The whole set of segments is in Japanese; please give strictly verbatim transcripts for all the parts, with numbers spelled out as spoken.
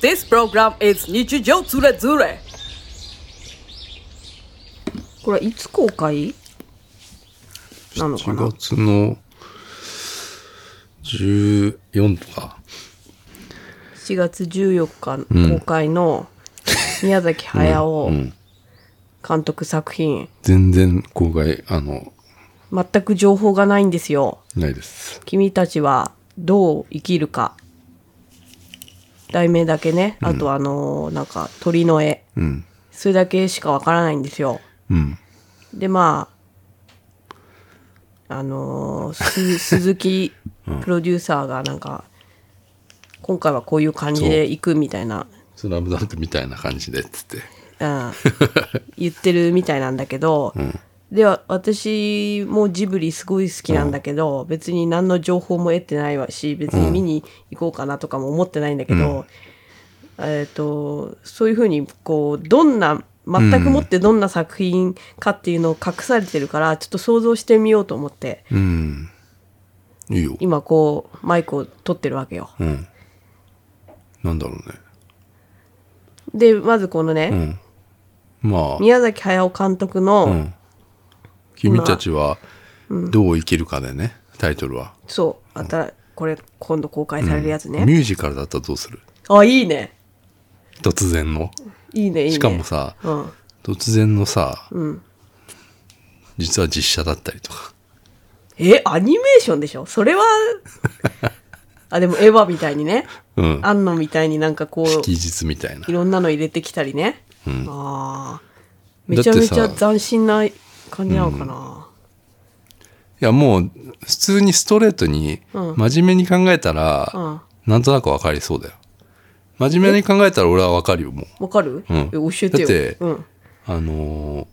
This program is 日常ズレズレ。これはいつ公開なのかな。 しちがつのじゅうよっか。 しちがつじゅうよっか公開の宮崎駿監督作品、 全然公開あの全く情報がないんですよ。 ないです。 君たちはどう生きるか、題名だけね、あとあのーなんか鳥の絵、 うん。 それだけしかわからないんですよ。 うん。 でまああのーす鈴木プロデューサーがなんか、今回はこういう感じで行くみたいな、 スラムダンクみたいな感じでっつって。 うん、言ってるみたいなんだけど、 んでは私もジブリすごい好きなんだけど、別に何の情報も得てないわし、別に見に行こうかなとかも思ってないんだけど、えっとそういうふうにこうどんな全くもってどんな作品かっていうのを隠されてるから、ちょっと想像してみようと思って、 うん。いいよ。 今こうマイクを取ってるわけよ。 うん。なんだろうね。 でまずこのね、 うん。まあ、 宮崎駿監督の、 うん。君たちはどう生きるかでね、タイトルは。 そうあたこれ今度公開されるやつね、 ミュージカルだったらどうする？ あいいね突然の。 いいねいいね。 しかもさ、 うん、 突然のさ、 ん実は実写だったりとか。 えアニメーションでしょそれはあでもエヴァみたいにね、 うん。 アンノみたいになんかこう式日みたいな。 いろんなの入れてきたりね、 んあーめちゃめちゃだってさ斬新な感じなのかな、 いやもう普通にストレートに真面目に考えたら、 うんなんとなくわかりそうだよ。真面目に考えたら俺はわかるよもわかる、 うんえ教えてよ。 だってうん、 う。あのー、い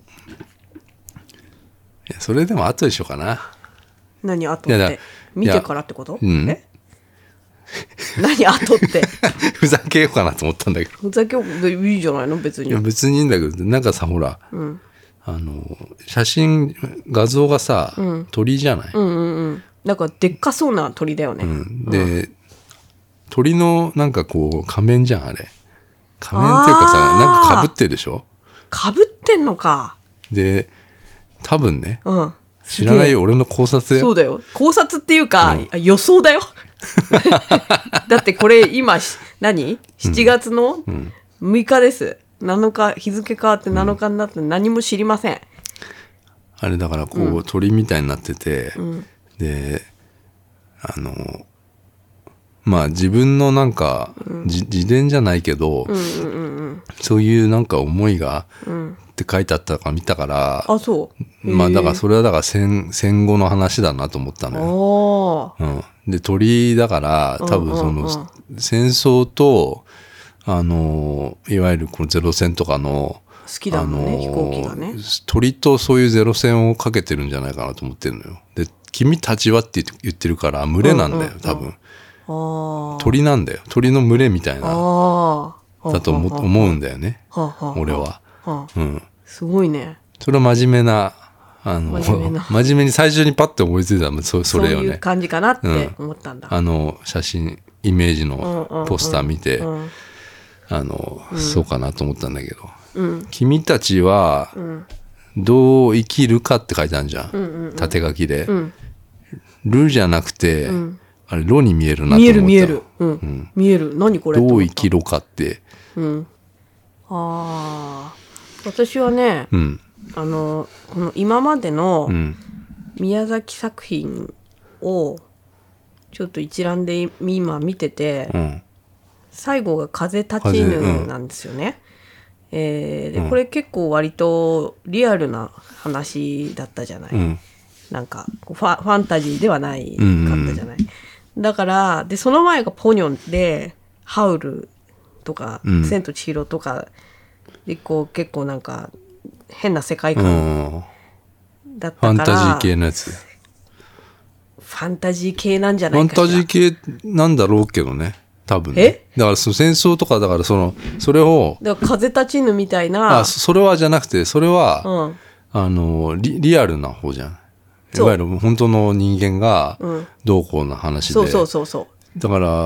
やそれでも後でしようかな。 何後っていやだ見てからってこと？ うんえ何後ってふざけようかなと思ったんだけど。 ふざけようでいいじゃないの別に。 いや別にいいんだけど、なんかさほら、 んあの写真画像がさ、鳥じゃない、 うんうんうんなんかでっかそうな鳥だよね、 うんで、鳥のなんかこう仮面じゃんあれ。仮面っていうかさ、 あーなんか被ってるでしょ。 かぶってんのか。 で多分ね、 うん知らないよ俺の考察で。 そうだよ考察っていうか、あ予想だよだってこれ今し何しちがつのむいかです、なのか日付変わってなのかになって何も知りません、 あれだからこう、鳥みたいになってて、であのまあ自分のなんか、じ自伝じゃないけど、そういうなんか思いが、って書いてあったか見たから、 あそうまあだからそれはだから戦戦後の話だなと思ったのよ。 ああうん、で鳥だから多分その、戦争とあのいわゆるこのゼロ戦とかの好きだもんね、飛行機がね。 鳥とそういうゼロ戦をかけてるんじゃないかなと思ってるのよ。で君たちはって言ってるから群れなんだよ、多分。 あ鳥なんだよ。鳥の群れみたいなあだと思思うんだよね。 はあはあ俺は。 はあうん。 すごいね。 それは真面目なあの真面目な真面目に最初にパッて思いついたのそそれよそういうね。 感じかなって思ったんだ。 あの写真イメージのポスター見て、 うんあの、そうかなと思ったんだけど、 うん君たちはどう生きるかって書いてあるじゃん、 うんうんうん、 縦書きで、 んるじゃなくて、うん、あれロに見えるなと思った。 見える見える、うんうん、見える。何これどう生きろかって、 うん、ああ私はね、 うん、 あのこの今までのうん宮崎作品をちょっと一覧で今見てて、 うん、 最後が風立ちぬなんですよね、うん、えー、でこれ結構割とリアルな話だったじゃない、うん、なんかファ、ファンタジーではないかったじゃない、うんうん、だからでその前がポニョンでハウルとか、うん、千と千尋とかでこう結構なんか変な世界観だったから、 ファンタジー系のやつ。 ファンタジー系なんじゃないかしら。 ファンタジー系なんだろうけどね、多分ね。え？だからその戦争とかだからそのそれをだから風立ちぬみたいな。 あ、それはじゃなくてそれは、 うん、 あの リ, リアルな方じゃん。いわゆる本当の人間がどうこうの話で。 そうそうそうそう。 だから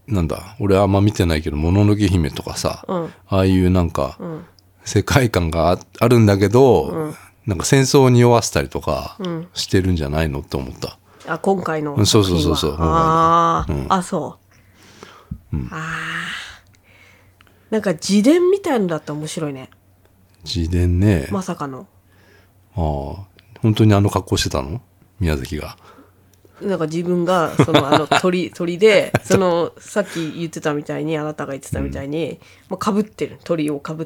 なんだ俺あんま見てないけどもののけ姫とかさ、 うん、 ああいうなんか、 うん、 世界観が あ, あるんだけど、 うん、 なんか戦争を匂わせたりとかうんしてるんじゃないのって思った。 あ今回のそう作品はそうそうそうあ、 うん、 あそう、うん、あなんか自伝みたいのだったら面白いね。 自伝ね。 まさかの。 ああ本当にあの格好してたの宮崎が。 なんか自分がそのあの鳥鳥でそのさっき言ってたみたいにあなたが言ってたみたいに、うん、もうかぶってる鳥をかぶって、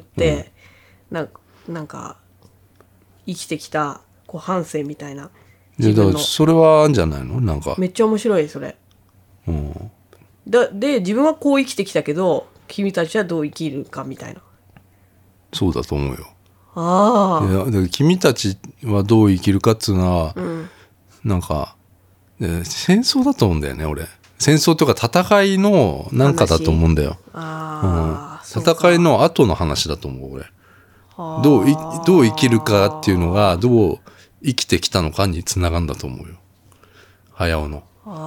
うん、なんかなんか生きてきたこう半生みたいな。 自分のそれはあるんじゃないのなんか。 めっちゃ面白いそれ。うん、だで自分はこう生きてきたけど君たちはどう生きるかみたいな。 そうだと思うよ。 ああ。 いやだから君たちはどう生きるかっつうのは、うん、なんか戦争だと思うんだよね俺。戦争とか戦いのなんかだと思うんだよ。あ、うん、戦いの後の話だと思う俺。どういどう生きるかっていうのがどう生きてきたのかにつながるんだと思うよ早尾の。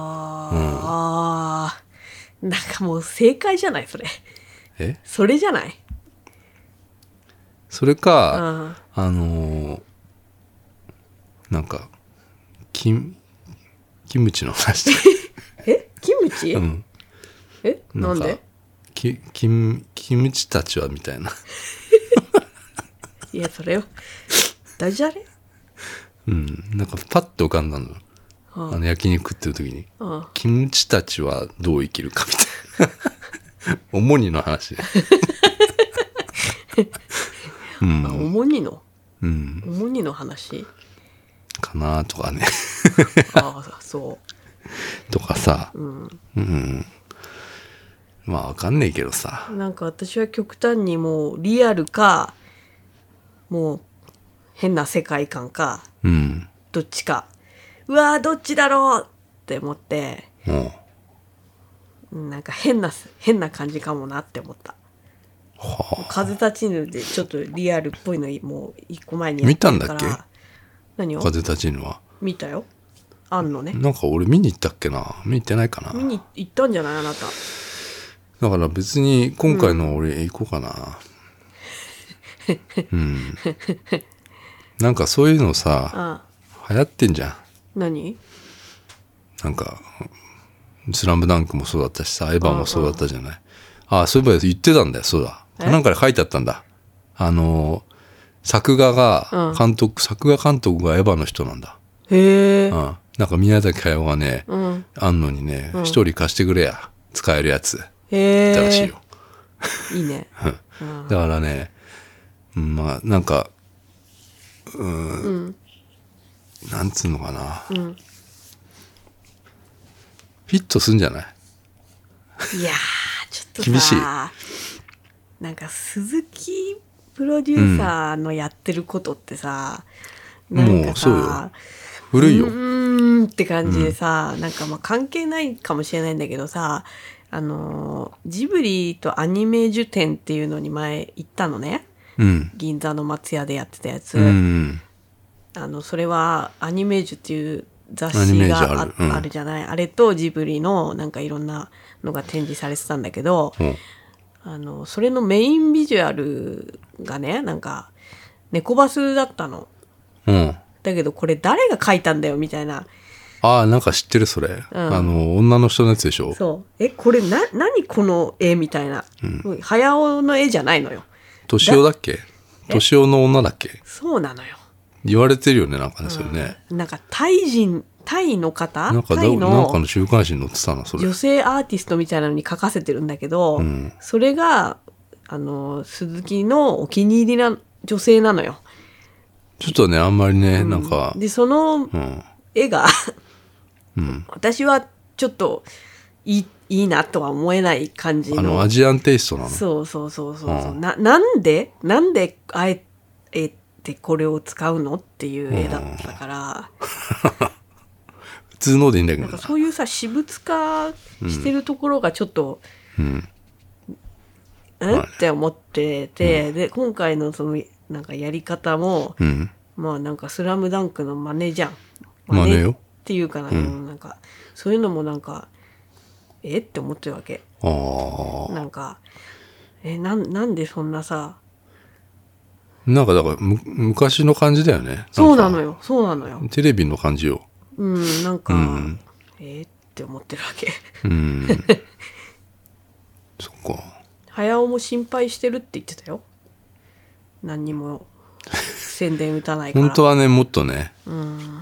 あ、うん、なんかもう正解じゃないそれ。 えそれじゃない。 それか、うん、あのー、なんかキムキムチの話。 えキムチ、うん、えなんでキキムキムチたちはみたいな。 いやそれはダジャレ。 うんなんかパッと浮かんだの、はあ、あの焼肉食ってる時に、はあ、キムチたちはどう生きるかみたいな。主にの話。 うん、あ主にの、 うん、 主にの話かなとかね。 ああそうとかさ、うん、うん、まあわかんねえけどさ。 なんか私は極端にもうリアルかもう変な世界観か、うん、どっちかうわーどっちだろうって思って、うん、なんか変な変な感じかもなって思った。はあ、風立ちぬでちょっとリアルっぽいのもう一個前にやってるから。見たんだっけ何を風立ちぬは。 見たよあんのね。 なんか俺見に行ったっけな見に行ってないかな。 見に行ったんじゃないあなた。 だから別に今回の俺行こうかな。うん、うん、なんかそういうのさああ流行ってんじゃん。何なんかスラムダンクもそうだったしさエヴァもそうだったじゃない。ああそういえば言ってたんだよ。そうだなんかで書いてあったんだ。あの作画が監督、うん、作画監督がエヴァの人なんだ。へえ、うん、なんか宮崎駿がね、うん、あんのにね一、うん、人貸してくれや使えるやつへえ言ったらしいよ。 いいね、 うん、だからねまあなんかうん、うん、なんつうのかな、うん、フィットすんじゃない。 いやーちょっとさ厳しい。 なんか鈴木プロデューサーのやってることってさ、うん、なんかさもうそうよ古いようーんって感じでさ、うん、なんかまあ関係ないかもしれないんだけどさあのジブリとアニメージュ展っていうのに前行ったのね、うん、銀座の松屋でやってたやつ、うん、あのそれはアニメージュっていう雑誌が あ, あ, る、うん、あるじゃない。あれとジブリのなんかいろんなのが展示されてたんだけど、うん、あのそれのメインビジュアルがねなんか猫バスだったの、うん、だけどこれ誰が描いたんだよみたいな。 ああなんか知ってるそれ、うん、あの女の人のやつでしょ。 そうえこれな何この絵みたいな、うん、早尾の絵じゃないのよ。 敏夫だっけ。敏夫の女だっけ。 そうなのよ。 言われてるよねなんかね、うん、それね。 なんかタイ人タイの方なんかタイのなんかの週刊誌に載ってたなそれ。 女性アーティストみたいなのに書かせてるんだけど、うん、それがあの鈴木のお気に入りな女性なのよ。 ちょっとねあんまりね、うん、なんかでその絵が、うん、私はちょっといいいいなとは思えない感じの。 あのアジアンテイストなの。 そうそうそうそう、うん、な, なんでなんであえてこれを使うのっていう絵だったから、 うん、普通のでいいんだけどな, なんかそういうさ私物化してるところがちょっと、うん、うん、って思ってて、うん、で今回のそのなんかやり方も、うん、まあなんかスラムダンクの真似じゃん。 真似よっていうかな、うん、なんかそういうのもなんかえって思ってるわけ。 ああ。 なんかえななんでそんなさ。 なんかだからむ昔の感じだよね。 そうなのよそうなのよ。 テレビの感じよ。 うんなんか、うん、えー、って思ってるわけ。 うんそっか。 早尾も心配してるって言ってたよ。何にも宣伝打たないから。 本当はねもっとね、 うん、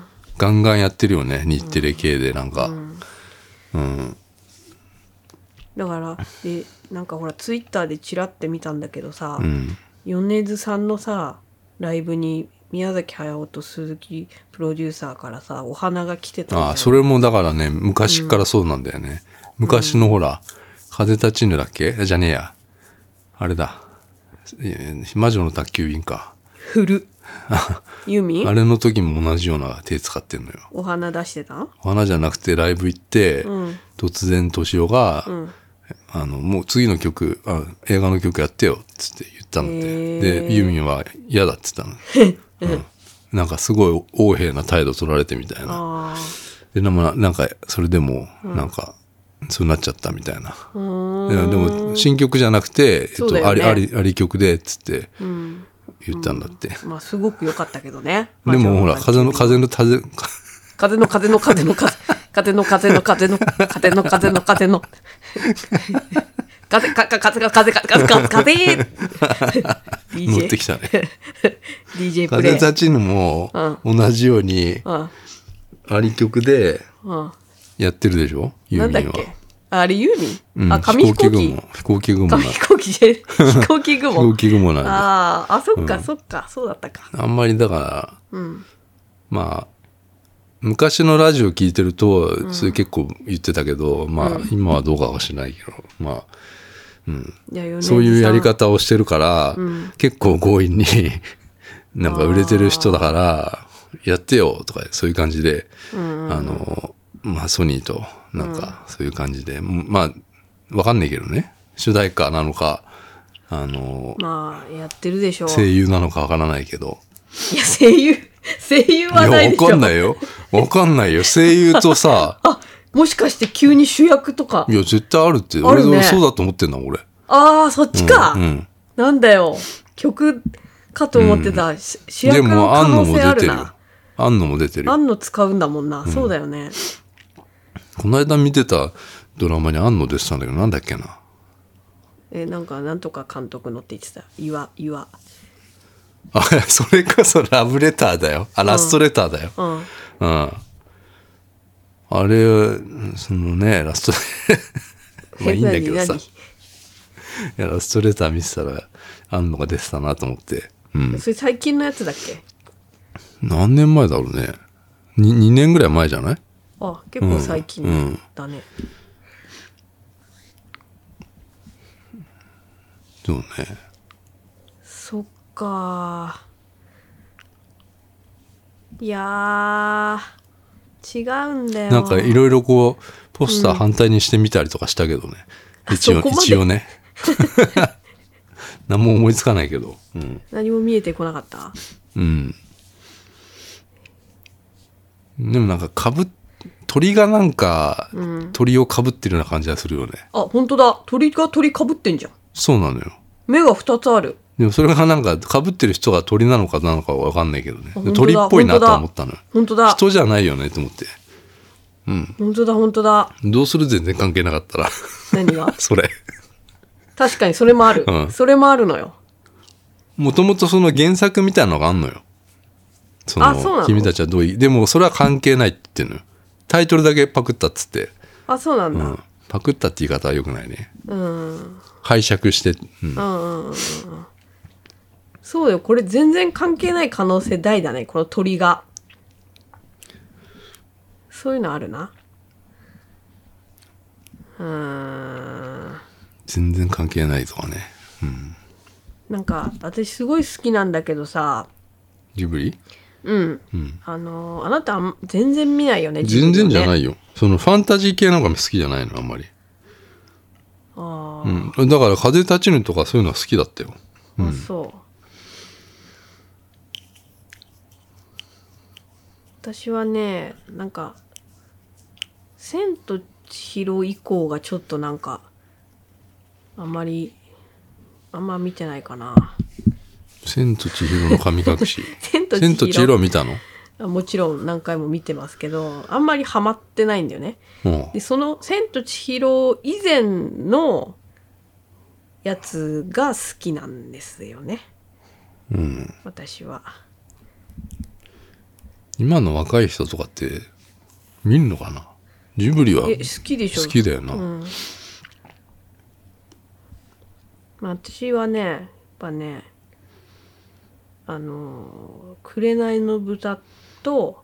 ガンガンやってるよね日テレ系でなんか、うんうん、 だからでなんかほらツイッターでチラって見たんだけどさ、 うん、 米津さんのさライブに宮崎駿と鈴木プロデューサーからさお花が来てたんだよ。 ああそれもだからね昔からそうなんだよね、うん、昔のほら風立ちぬだっけじゃねえやあれだ魔女の宅急便か古ユーミンあれの時も同じような手使ってんのよ。 お花出してたお花じゃなくてライブ行って、うん、突然敏夫が、うん、あのもう次の曲あ映画の曲やってよっつって言ったんだって。でユーミンは嫌だっつったの、うん、なんかすごい横柄な態度取られてみたいな。でなんかそれでもなんか、うん、そうなっちゃったみたいな。でも新曲じゃなくて、えっとね、ありありあり曲でっつって、うん言ったんだって、 うん、まあすごく良かったけどね。 でもほら風の風の風風の風の風の風風の風の風の風の風の風の風かか風が風か風か風乗ってきたね。 ディージェー プレイ風立ちぬも同じようにあり曲でやってるでしょ、ユーミンは。なんだっけあれユーミン、うん、あ紙飛行機雲飛行機雲紙飛行機飛行機雲飛行機雲なんだ。 ああそっか、うん、そっかそうだったか。 あんまりだから、うん、まあ昔のラジオ聞いてるとそれ結構言ってたけど、うん、まあ今はどうかはしないけどまあ、うん、そういうやり方をしてるから、うん、結構強引になんか売れてる人だからやってよとかそういう感じで、うんうん、あのまあソニーとなんかそういう感じで、うん、まあわかんないけどね主題歌なのかあのまあやってるでしょう声優なのかわからないけど。 いや声優声優はないでしょ。 いやわかんないよわかんないよ声優とさあもしかして急に主役とか。 いや絶対あるってある、ね、俺そうだと思ってんだ俺。 ああそっちか、うんうん、なんだよ曲かと思ってた、うん、主役の可能性あるな。 庵野も出てるよ。 庵野使うんだもんな、うん、そうだよね。 この間見てたドラマに庵野出てたんだけどなんだっけなえなんかなんとか監督のって言ってた岩岩あそれこそラブレターだよあラストレターだよ、うんうん、あれそのねラストまあいいんだけどさいやラストレター見てたら庵野が出てたなと思って、 うん、それ最近のやつだっけ。 何年前だろうね 2, にねんぐらい前じゃない。 あ結構最近だね、 うんうん、そうね。 そっかいや違うんだよ。 なんかいろいろこうポスター反対にしてみたりとかしたけどね、うん、一応一応ね何も思いつかないけど、うん、 何も見えてこなかった。 うんでもなんかかぶ鳥がなんか、うん、鳥をかぶってるような感じがするよね。あ本当だ鳥が鳥かぶってんじゃん。 そうなのよ。 目がふたつある。 でもそれがなんかかぶってる人が鳥なのかなのかわかんないけどね鳥っぽいなと思ったのよ。 本当だ人じゃないよねと思って。うん本当だ本当だ。 どうする全然関係なかったら何がそれ確かにそれもある、うん、それもあるのよ。 もともとその原作みたいなのがあんのよ。そのあそうなの。君たちはどういでもそれは関係ないって言ってんのよ。タイトルだけパクったっつって。 あそうなんだ、うん、 パクったって言い方はよくないね。 うん拝借して、 うん、うんうんうんそうよこれ全然関係ない可能性大だねこの鳥が。そういうのあるな。うーん全然関係ないとかね、うん、 なんか私すごい好きなんだけどさジブリうん、うん、あのあなた全然見ないよね。 全然じゃないよ。そのファンタジー系なんかも好きじゃないのあんまり。あ、うん、だから風立ちぬとかそういうのは好きだったよ、うん、 あそう私はねなんか千と千尋以降がちょっとなんかあんまりあんま見てないかな。 千と千尋の神隠し千と千尋千と千尋見たの？ もちろん何回も見てますけど、あんまりハマってないんだよね。 うん、 でその千と千尋以前のやつが好きなんですよね、 うん、 私は。今の若い人とかって見るのかな？ジブリは好きでしょ。 好きだよな、うん、 まあ、私はねやっぱねあの「紅の豚」と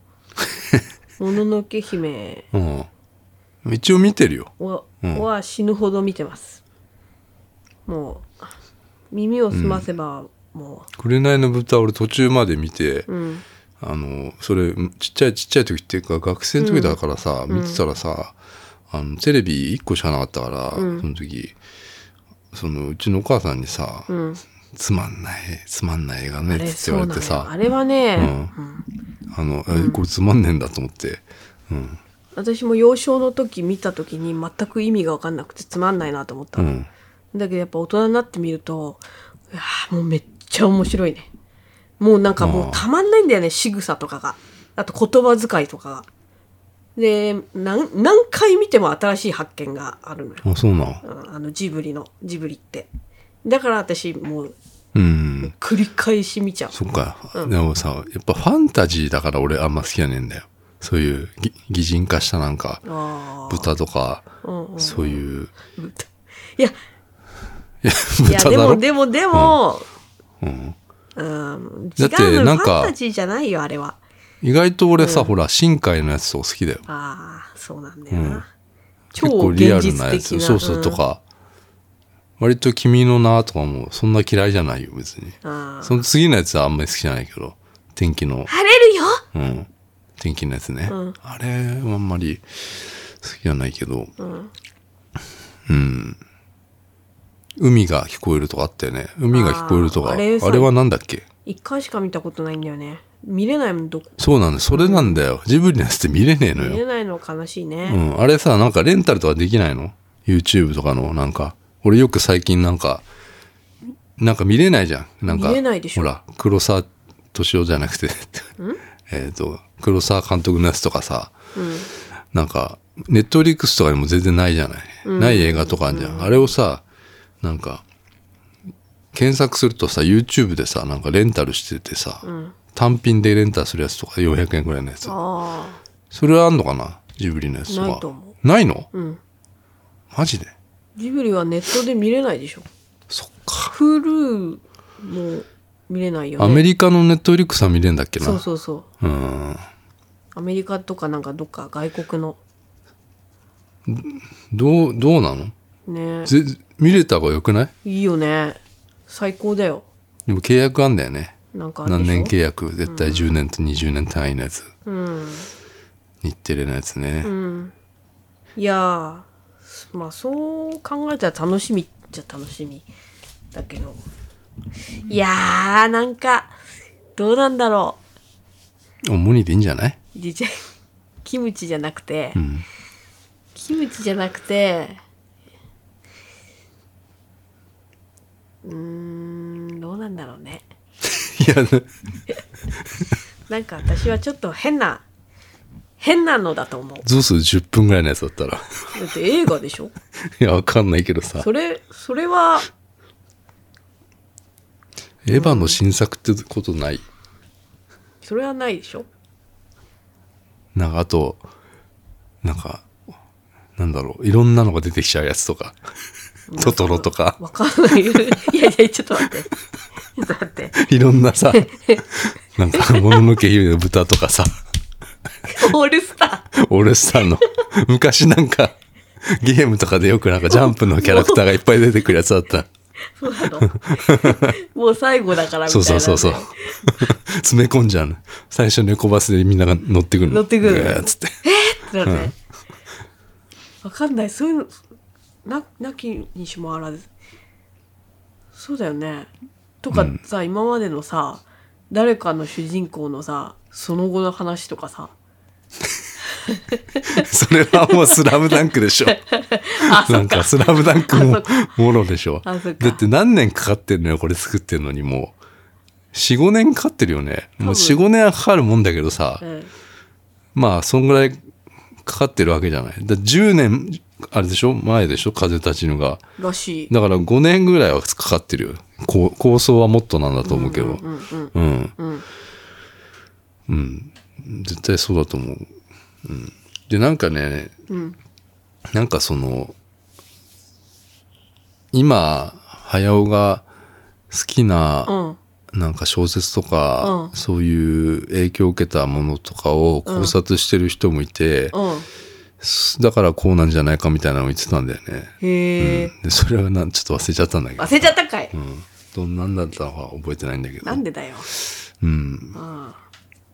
「もののけ姫」 うん、一応見てるよ。 は、うん、は死ぬほど見てます。もう耳を澄ませば、うん、もう紅の豚俺途中まで見て、 うん、 あのそれちっちゃいちっちゃい時っていうか学生の時だからさ、うん、見てたらさ、あのテレビいっこしかなかったから、うん、その時そのうちのお母さんにさ、うん、つまんないつまんない映画ねって言われてさ、 あれはね、うんあの、うん、これつまんねえんだと思って、うん、 私も幼少の時見た時に全く意味が分かんなくてつまんないなと思ったの、うん、だけどやっぱ大人になってみるといやもうめっちゃ面白いね。もうなんかもうたまんないんだよね、仕草とかが、あと言葉遣いとかがで、何何回見ても新しい発見があるのよ。 あ、そうなの。 あのジブリのジブリってだから私もう、 うん、 繰り返し見ちゃう。 そっか、うん、でもさやっぱファンタジーだから俺あんま好きやねんだよ。そういう擬人化したなんか豚とか、うんうん、そういういやいや豚だろ。いやでもでもでも、うんうん、違うの。だってなんかファンタジーじゃないよあれは。 意外と俺さ、うん、ほら深海のやつと好きだよ。 ああそうなんだよな、うん、 結構リアルなやつそうそう、うん、とか割と君の名とかもそんな嫌いじゃないよ別に。その次のやつはあんまり好きじゃないけど天気の晴れるよ、 うん、天気のやつね、うん、あれはあんまり好きじゃないけど、うん、うん、海が聞こえるとかあったよね。海が聞こえるとか あ, あれはなんだっけ。 一回しか見たことないんだよね。見れないもんどこ。 そうなんだ、それなんだよ、うん、ジブリのやつって見れねえのよ。 見れないの悲しいね、 うん、あれさなんかレンタルとかできないの YouTube とかの。なんか俺よく最近なんかなんか見れないじゃん。なんか見れないでしょ。 ほら黒沢敏夫じゃなくてえっと黒沢監督のやつとかさ、うん、なんかネットフリックスとかにも全然ないじゃない、うん、ない映画とかあるじゃん、うん、あれをさなんか検索するとさ YouTube でさなんかレンタルしててさ、うん、単品でレンタルするやつとかよんひゃくえんぐらいのやつ。あそれはあんのかなジブリのやつとか。 ないと思う。 ないの？ うん。 マジで？ ジブリはネットで見れないでしょ。 そっか。 Hulu も見れないよね。 アメリカのネットフリックスは見れんだっけな。 そうそうそう。 うん。 アメリカとかなんかどっか外国の。 どうどうなの？ね。ぜ見れた方がよくない？ いいよね。最高だよ。 でも契約あんだよね。 なんか何年契約絶対じゅうねんとにじゅうねん単位のやつ、うん、日テレのやつね、うん、 いやまあそう考えたら楽しみっちゃ楽しみだけど、いやーなんかどうなんだろう。お無理でいいんじゃない？ キムチじゃなくて、うん、キムチじゃなくてうーんどうなんだろうね。 いやなんか私はちょっと変な変なのだと思う。 ゾスじゅっぷんぐらいのやつだったら。だって映画でしょ。 いやわかんないけどさ。 それそれはエヴァの新作ってことない？うん、 それはないでしょ。 なんかあとなんかなんだろういろんなのが出てきちゃうやつとか。トトロとか。 わかんない。いやいやちょっと待って。だっていろんなさなんかもののけ姫の豚とかさオールスターオールスターの昔なんかゲームとかでよくなんかジャンプのキャラクターがいっぱい出てくるやつだった。 そうなの。もう最後だからみたいな、ね、 そうそうそうそう詰め込んじゃうの。最初猫バスでみんなが乗ってくるの。 乗ってくるのつってえー、ってなるね、うん、わかんない。そういうのななきにしもあらずそうだよねとかさ、うん、今までのさ誰かの主人公のさその後の話とかさそれはもうスラムダンクでしょ。なんかスラムダンクももろでしょ。だって何年かかってんのよこれ作ってんのに。もう よん,ご 年かかってるよね。もう よん,ご 年はかかるもんだけどさ、うん、まあそんぐらいかかってるわけじゃない。だじゅうねんあれでしょ前でしょ風立ちぬがらしい。 だからごねんぐらいはかかってるよ。こう構想はもっとなんだと思うけど、うんうんうんうん、絶対そうだと思う。うん、でなんかね、うん、なんかその今早尾が好きななんか小説とか、うん、そういう影響を受けたものとかを考察してる人もいて、うんうん、だからこうなんじゃないかみたいなのを言ってたんだよね。 へえ、 うん、でそれはなんちょっと忘れちゃったんだけど。 忘れちゃったかい。 うん。どんなんだったのか覚えてないんだけど。 なんでだよ。 うん。ああ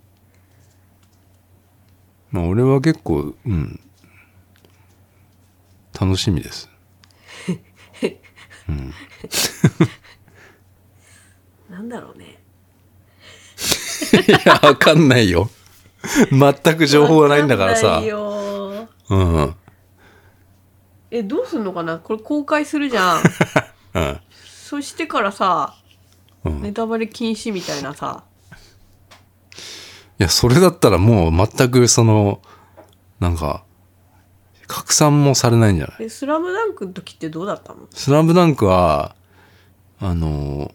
まあ俺は結構うん楽しみです。うん。 なんだろうね。 いやわかんないよ。全く情報がないんだからさ。わかんないよ。 うん。 えどうすんのかなこれ公開するじゃん。うん。そしてからさ、うん、ネタバレ禁止みたいなさ。 いやそれだったらもう全くそのなんか拡散もされないんじゃない？ えスラムダンクの時ってどうだったの？ スラムダンクはあの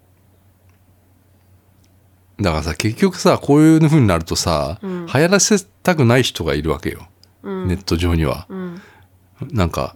だからさ結局さこういう風になるとさ、うん、流行らせたくない人がいるわけよ、うん、ネット上には、うん、なんか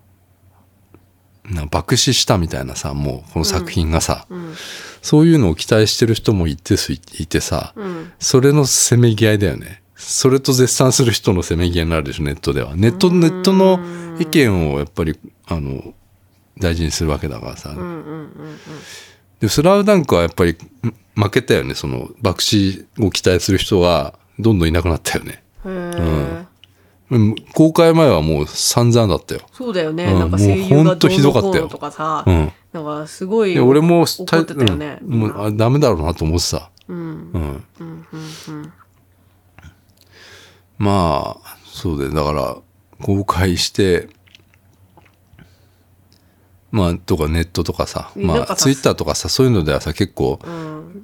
なんか爆死したみたいなさもうこの作品がさ、うんうん、そういうのを期待してる人もいていてさ、うん、それのせめぎ合いだよね。それと絶賛する人のせめぎ合いになるでしょネットでは。ネットネットの意見をやっぱりあの大事にするわけだからさ、うんうんうんうん、でスラムダンクはやっぱり負けたよね。その爆死を期待する人がどんどんいなくなったよね。へー、うん、公開前はもう散々だったよ。 そうだよね、うん、なんか声優がどうのこうのとかさ、うん、なんかすごい俺も怒ってたよね、 うん、もうあダメだろうなと思ってさ、 うんうんうんうんうん、 まあそうでだから公開してまあとかネットとかさ、まあツイッターとかさそういうのではさ結構、うん、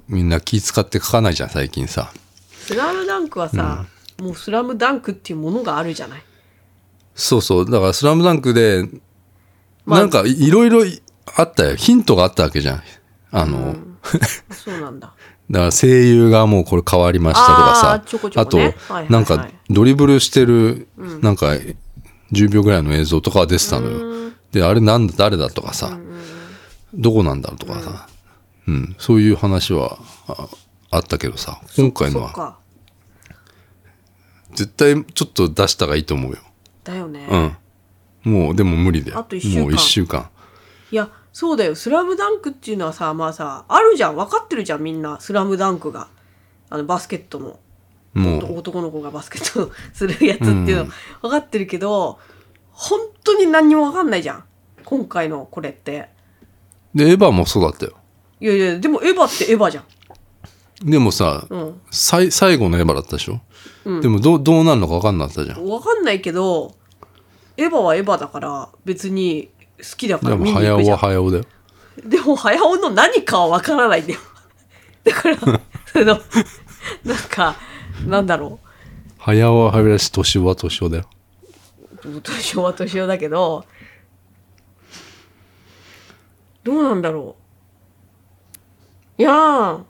みんな気使って書かないじゃん最近さ。 スラムダンクはさ、うん、もうスラムダンクっていうものがあるじゃない。 そうそうだからスラムダンクで、まあ、なんかいろいろあったよ。ヒントがあったわけじゃん。あの、うん、 そうなんだ。 だから声優がもうこれ変わりましたとかさ、あ, ちょこちょこ、ね、あと、はいはいはい、なんかドリブルしてる、うん、なんかじゅうびょうぐらいの映像とかが出てたのよ。うん、であれなんだ誰だとかさ、うん、どこなんだとかさ、うん、うん、そういう話は あ, あったけどさ、今回のは絶対ちょっと出した方がいいと思うよ。 だよね。 うん。もうでも無理だよ。 あといっしゅうかん。 もういっしゅうかん。 いやそうだよ。スラムダンクっていうのはさまあさあるじゃん。分かってるじゃんみんな。スラムダンクがあのバスケットのもう男の子がバスケットするやつっていうの分かってるけど、うん、本当に何にも分かんないじゃん今回のこれって。 でエヴァもそうだったよ。 いやいやでもエヴァってエヴァじゃん。 でもさ、うん、最, 最後のエヴァだったでしょ、うん、でも ど, どうなるのか分かんなかったじゃん。 分かんないけどエヴァはエヴァだから別に好きだから見に行くじゃん。 でも早尾は早尾だよ。 でも早尾の何かは分からないんだよだからそのなんかなんだろう早尾は早尾だし年尾は年尾だよ。 年尾は年尾だけどどうなんだろう。いやー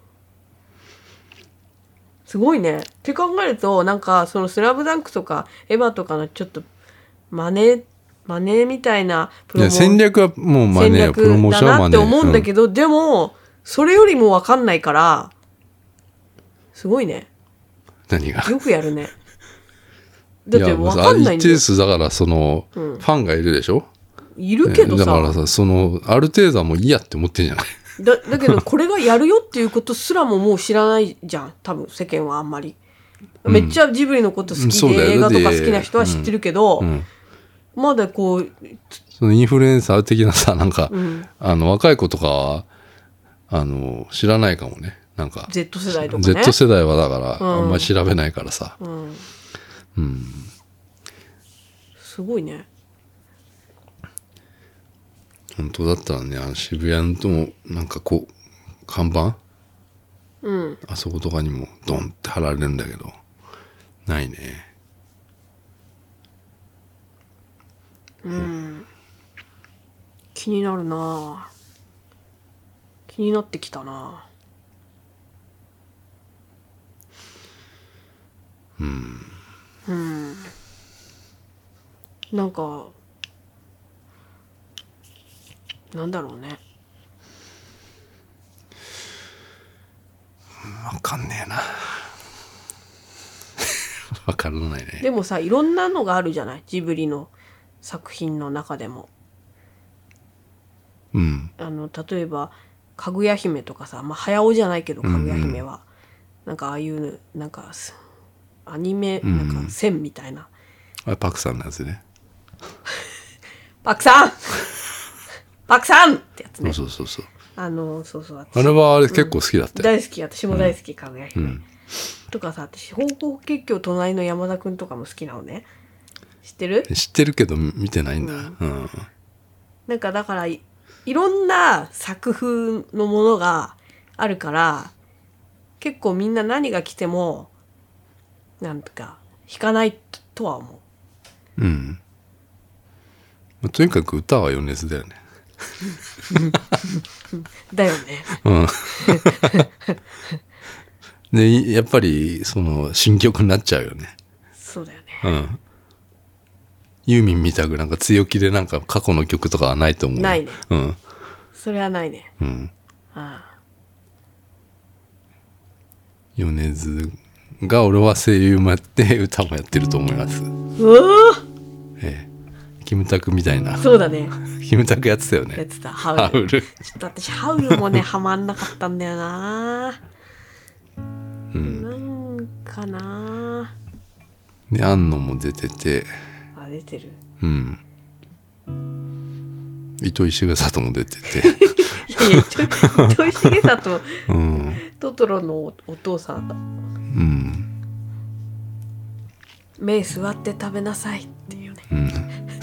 すごいねって考えるとなんかそのスラムダンクとかエヴァとかのちょっとマネマネみたいなプロモ戦略はもうマネープロモーションはマネーだなって思うんだけど、うん、でもそれよりも分かんないからすごいね。 何がよくやるね。だって分かんないんだよ。一定数だからその、うん、ファンがいるでしょ。 いるけどさ、 だからさそのある程度はもういいやって思ってんじゃない。 だ, だけどこれがやるよっていうことすらももう知らないじゃん多分世間はあんまり、うん、めっちゃジブリのこと好きで、うん、映画とか好きな人は知ってるけど、うん、まだこうそのインフルエンサー的なさなんか、うん、あの若い子とかはあの知らないかもね。なんか Z 世代とかね Z 世代はだから、うん、あんまり調べないからさ、うん、 うん、 すごいね。 本当だったらね、あの渋谷のともなんかこう看板、 うん、 あそことかにもドンって貼られるんだけど、ないね。 うん、気になるな。気になってきたな。 うん、 うん、なんかなんだろうね。 わかんねえな。わからないね。 でもさ、いろんなのがあるじゃない、ジブリの作品の中でも。 うん、 あの例えばかぐや姫とかさ、まあ早尾じゃないけどかぐや姫は、うんうん、なんかああいうなんかアニメなんか線みたいな、 あれパクさんのやつね。 パクさんパクさんってやつね。 そうそうそうそう。 あのそうそう、 あれはあれ結構好きだった、 うん、大好き。私も大好き、かぐや姫、うん、とかさ、私方向結局隣の山田くんとかも好きなのね。知ってる？ 知ってるけど見てないんだ、うんうん、 なんかだからい, いろんな作風のものがあるから、結構みんな何が来てもなんか弾かないとは思う。うん。とにかく歌は米津だよね。 だよね。 うん。でやっぱりその新曲になっちゃうよね。 そうだよね。 うん。ユーミンみたくなんか強気でなんか過去の曲とかはないと思う。 ないね。 うん。 それはないね。 うん。 ああ。 米津が俺は声優もやって歌もやってると思います。 うわええ。キムタクみたいな。 そうだね。 キムタクやってたよね。 やってた。ハウル。ハウル。ちょっと私ハウルもねハマんなかったんだよな。うん。なんかな。 で庵野も出てて。 あ、出てる。 うん。糸井重里も出てて。 いやいや、糸井重里、 うん、 トトロのお父さんだ。うん。目座って食べなさいっていうね。うん。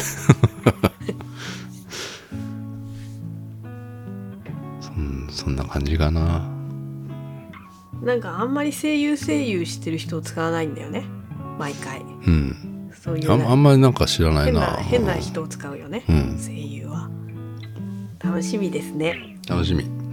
そんそんな感じかな。 なんかあんまり声優声優してる人を使わないんだよね、毎回。うん。そういうあ, あんまりなんか知らないな。 変な変な人を使うよね、うん、声優は。楽しみですね。 楽しみ。